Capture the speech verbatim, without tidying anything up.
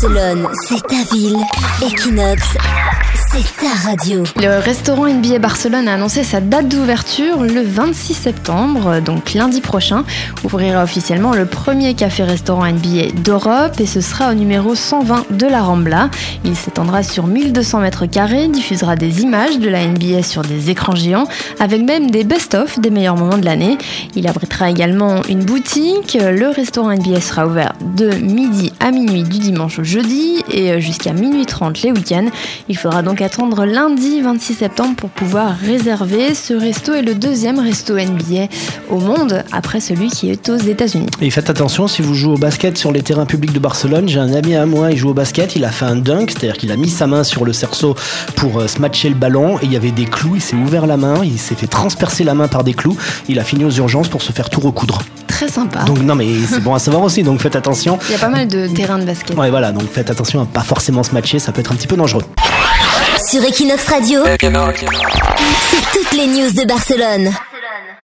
Barcelone, c'est ta ville. Equinox, c'est ta radio. Le restaurant N B A Barcelone a annoncé sa date d'ouverture le vingt-six septembre, donc lundi prochain. Ouvrira officiellement le premier café-restaurant N B A d'Europe et ce sera au numéro cent vingt de la Rambla. Il s'étendra sur mille deux cents mètres carrés, diffusera des images de la N B A sur des écrans géants, avec même des best-of des meilleurs moments de l'année. Il abritera également une boutique. Le restaurant N B A sera ouvert de midi à minuit du dimanche au jeudi et jusqu'à minuit trente les week-ends. Il faudra donc attendre lundi vingt-six septembre pour pouvoir réserver. Ce resto est le deuxième resto N B A au monde après celui qui est aux États-Unis. Et faites attention si vous jouez au basket sur les terrains publics de Barcelone. J'ai un ami à moi, il joue au basket, il a fait un dunk, c'est-à-dire qu'il a mis sa main sur le cerceau pour euh, smatcher le ballon et il y avait des clous, il s'est ouvert la main, il s'est fait transpercer la main par des clous, il a fini aux urgences pour se faire tout recoudre. Très sympa. Donc non mais c'est bon à savoir aussi, donc faites attention. Il y a pas mal de terrains de basket. Ouais voilà, donc faites attention à pas forcément se matcher, ça peut être un petit peu dangereux. Sur Equinox Radio, c'est toutes les news de Barcelone.